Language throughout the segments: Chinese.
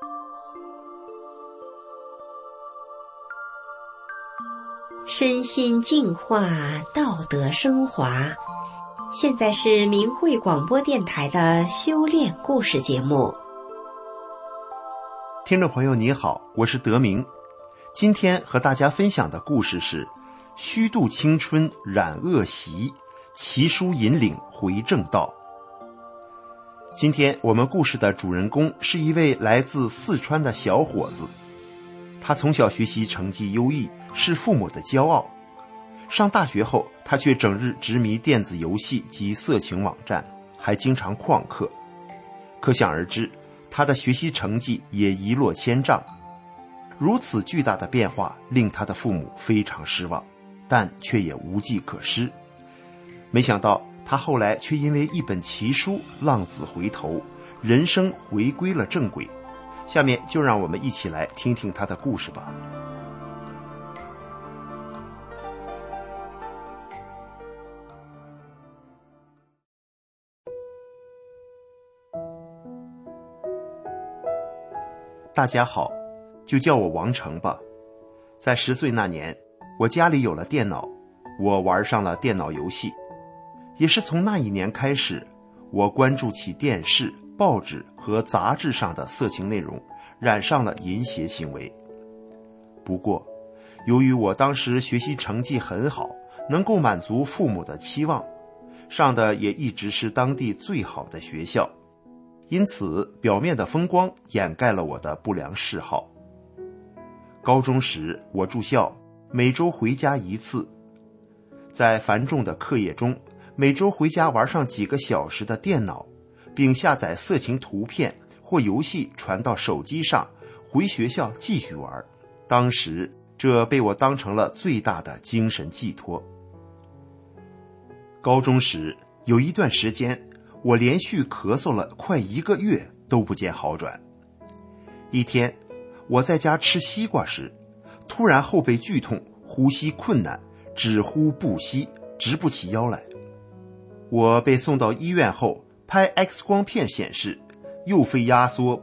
身心净化，道德升华。现在是明慧广播电台的修炼故事节目。 听众朋友你好，我是德明。今天和大家分享的故事是虚度青春染恶习，奇书引领回正道。今天我们故事的主人公是一位来自四川的小伙子，他从小学习成绩优异，是父母的骄傲。上大学后，他却整日执迷电子游戏及色情网站，还经常旷课。可想而知，他的学习成绩也一落千丈。如此巨大的变化令他的父母非常失望，但却也无计可施。没想到他后来却因为一本奇书浪子回头，人生回归了正轨。下面就让我们一起来听听他的故事吧。大家好，就叫我王成吧。在10岁那年，我家里有了电脑，我玩上了电脑游戏。也是从那一年开始，我关注起电视、报纸和杂志上的色情内容，染上了淫邪行为。不过，由于我当时学习成绩很好，能够满足父母的期望，上的也一直是当地最好的学校，因此表面的风光掩盖了我的不良嗜好。高中时我住校，每周回家一次，在繁重的课业中，每周回家玩上几个小时的电脑，并下载色情图片或游戏传到手机上，回学校继续玩。当时这被我当成了最大的精神寄托。高中时有一段时间，我连续咳嗽了快1个月都不见好转。一天，我在家吃西瓜时，突然后背剧痛，呼吸困难，只呼不吸，直不起腰来。我被送到医院后，拍 X 光片显示右肺压缩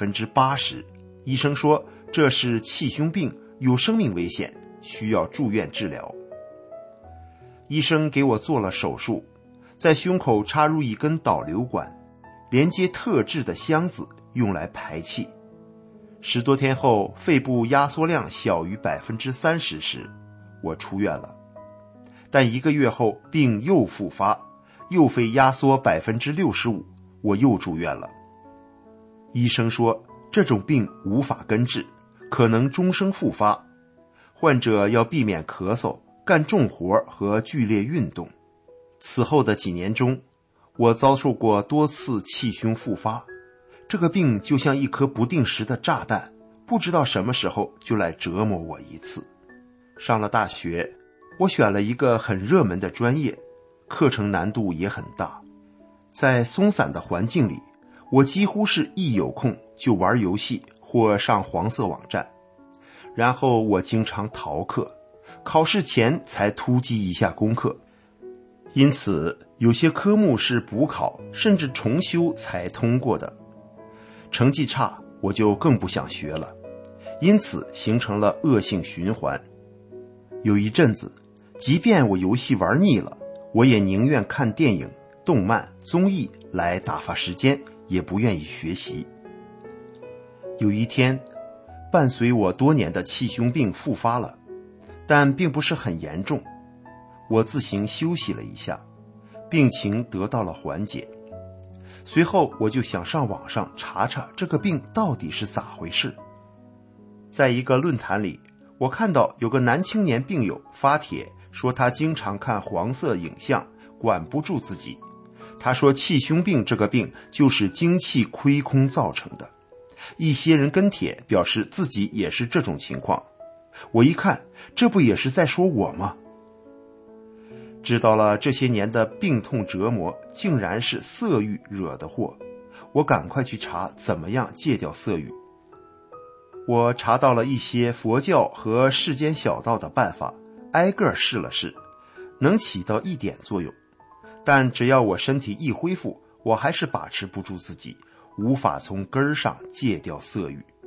80%， 医生说这是气胸病，有生命危险，需要住院治疗。医生给我做了手术，在胸口插入一根导流管，连接特制的箱子，用来排气。10多天后，肺部压缩量小于 30% 时，我出院了。但1个月后病又复发，右肺压缩 65%， 我又住院了。医生说这种病无法根治，可能终生复发，患者要避免咳嗽、干重活和剧烈运动。此后的几年中，我遭受过多次气胸复发，这个病就像一颗不定时的炸弹，不知道什么时候就来折磨我一次。上了大学，我选了一个很热门的专业，课程难度也很大。在松散的环境里，我几乎是一有空就玩游戏或上黄色网站，然后我经常逃课，考试前才突击一下功课。因此有些科目是补考甚至重修才通过的。成绩差，我就更不想学了，因此形成了恶性循环。有一阵子，即便我游戏玩腻了，我也宁愿看电影、动漫、综艺来打发时间，也不愿意学习。有一天，伴随我多年的气胸病复发了，但并不是很严重。我自行休息了一下，病情得到了缓解。随后我就想上网上查查这个病到底是咋回事。在一个论坛里，我看到有个男青年病友发帖说他经常看黄色影像，管不住自己。他说气胸病这个病就是精气亏空造成的。一些人跟帖表示自己也是这种情况。我一看，这不也是在说我吗？知道了这些年的病痛折磨竟然是色欲惹的祸，我赶快去查怎么样戒掉色欲。我查到了一些佛教和世间小道的办法，挨个试了试，能起到一点作用，但只要我身体一恢复，我还是把持不住自己，无法从根儿上戒掉色欲。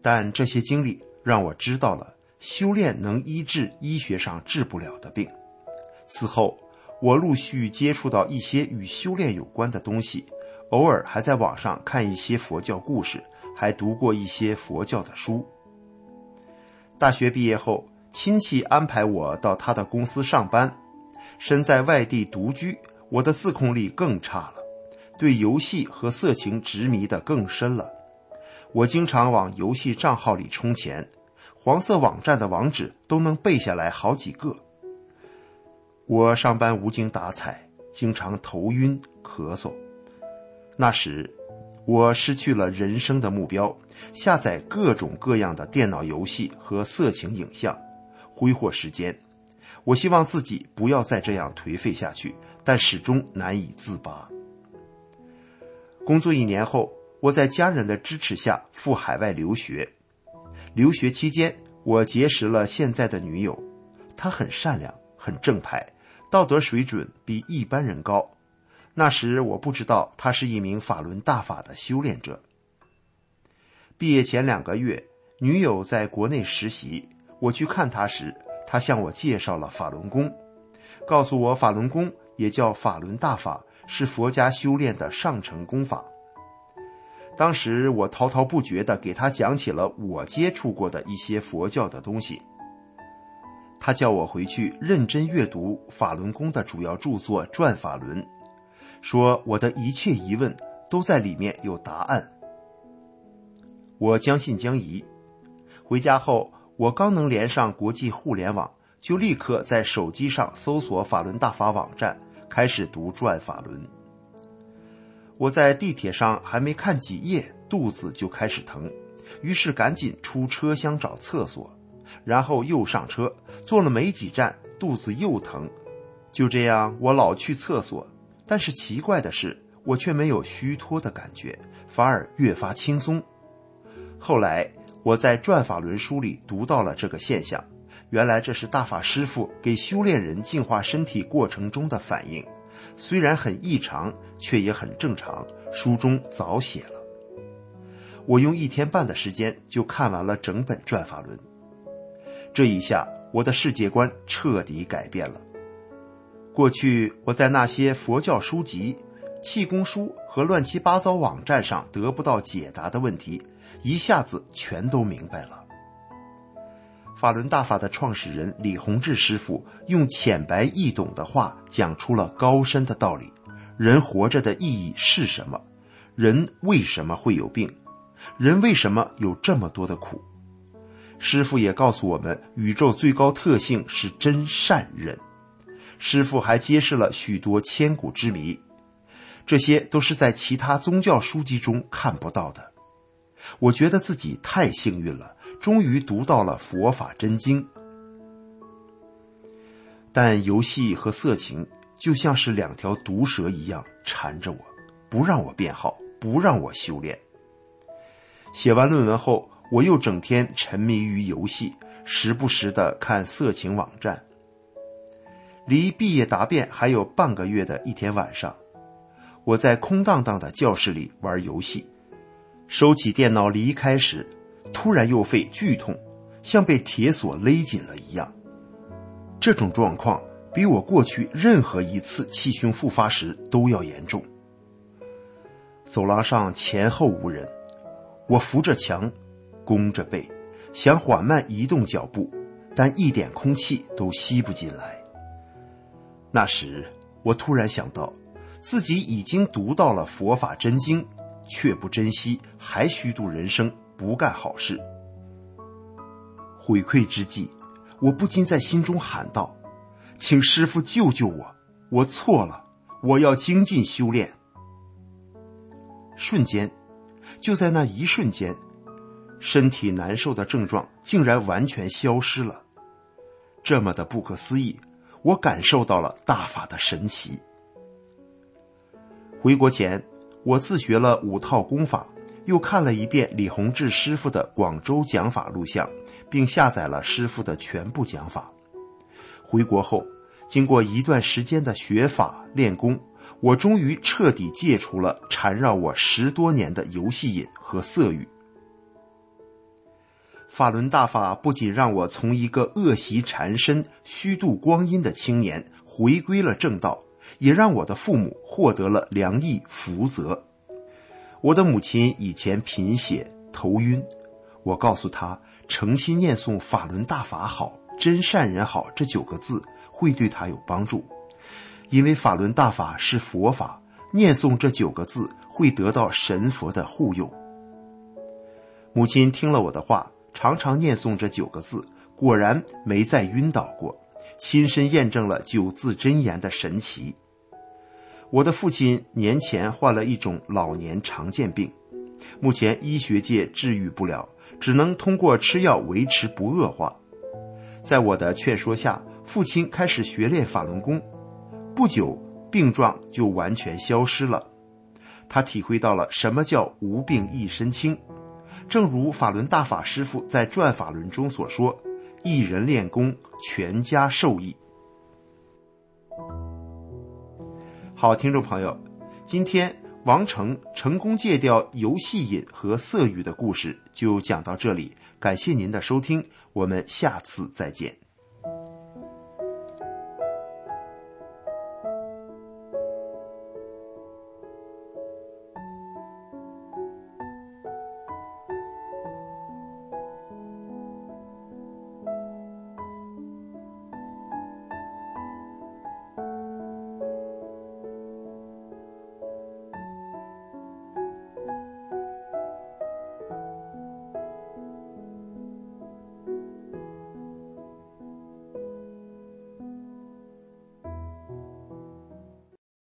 但这些经历让我知道了修炼能医治医学上治不了的病。此后我陆续接触到一些与修炼有关的东西，偶尔还在网上看一些佛教故事，还读过一些佛教的书。大学毕业后，亲戚安排我到他的公司上班。身在外地独居，我的自控力更差了，对游戏和色情执迷得更深了。我经常往游戏账号里充钱，黄色网站的网址都能背下来好几个。我上班无精打采，经常头晕咳嗽。那时我失去了人生的目标，下载各种各样的电脑游戏和色情影像，挥霍时间。我希望自己不要再这样颓废下去，但始终难以自拔。工作1年后，我在家人的支持下赴海外留学。留学期间，我结识了现在的女友，她很善良，很正派，道德水准比一般人高。那时我不知道她是一名法轮大法的修炼者。毕业前2个月，女友在国内实习，我去看她时，她向我介绍了法轮功，告诉我法轮功也叫法轮大法，是佛家修炼的上乘功法。当时我滔滔不绝地给她讲起了我接触过的一些佛教的东西。她叫我回去认真阅读法轮功的主要著作《转法轮》，说我的一切疑问都在里面有答案。我将信将疑。回家后，我刚能连上国际互联网，就立刻在手机上搜索法轮大法网站，开始读转法轮。我在地铁上还没看几页，肚子就开始疼，于是赶紧出车厢找厕所，然后又上车，坐了没几站，肚子又疼。就这样，我老去厕所，但是奇怪的是，我却没有虚脱的感觉，反而越发轻松。后来我在《转法轮》书里读到了这个现象，原来这是大法师父给修炼人净化身体过程中的反应，虽然很异常，却也很正常，书中早写了。我用1天半的时间就看完了整本《转法轮》，这一下我的世界观彻底改变了。过去我在那些佛教书籍、气功书和乱七八糟网站上得不到解答的问题，一下子全都明白了。法轮大法的创始人李洪志师傅用浅白易懂的话讲出了高深的道理：人活着的意义是什么？人为什么会有病？人为什么有这么多的苦？师傅也告诉我们，宇宙最高特性是真善忍。师傅还揭示了许多千古之谜，这些都是在其他宗教书籍中看不到的。我觉得自己太幸运了，终于读到了佛法真经。但游戏和色情就像是2条毒蛇一样缠着我，不让我变好，不让我修炼。写完论文后，我又整天沉迷于游戏，时不时地看色情网站。离毕业答辩还有半个月的一天晚上，我在空荡荡的教室里玩游戏，收起电脑离开时，突然右肺剧痛，像被铁锁勒紧了一样。这种状况比我过去任何一次气胸复发时都要严重。走廊上前后无人，我扶着墙，弓着背，想缓慢移动脚步，但一点空气都吸不进来。那时我突然想到，自己已经读到了佛法真经，却不珍惜，还虚度人生，不干好事。悔愧之际，我不禁在心中喊道：请师父救救我，我错了，我要精进修炼。瞬间，就在那一瞬间，身体难受的症状竟然完全消失了。这么的不可思议，我感受到了大法的神奇。回国前，我自学了5套功法，又看了一遍李洪志师傅的广州讲法录像，并下载了师傅的全部讲法。回国后，经过一段时间的学法练功，我终于彻底戒除了缠绕我10多年的游戏瘾和色欲。 法轮大法不仅让我从一个恶习缠身、虚度光阴的青年回归了正道，也让我的父母获得了良益福泽。我的母亲以前贫血头晕，我告诉她诚心念诵法轮大法好，真善人好这9个字会对她有帮助，因为法轮大法是佛法，念诵这9个字会得到神佛的护佑。母亲听了我的话，常常念诵这9个字，果然没再晕倒过，亲身验证了9字真言的神奇。我的父亲年前患了一种老年常见病，目前医学界治愈不了，只能通过吃药维持不恶化。在我的劝说下，父亲开始学练法轮功，不久病状就完全消失了。他体会到了什么叫无病一身轻，正如法轮大法师父在转法轮中所说，一人练功，全家受益。好，听众朋友，今天王成成功戒掉游戏瘾和色欲的故事就讲到这里，感谢您的收听，我们下次再见。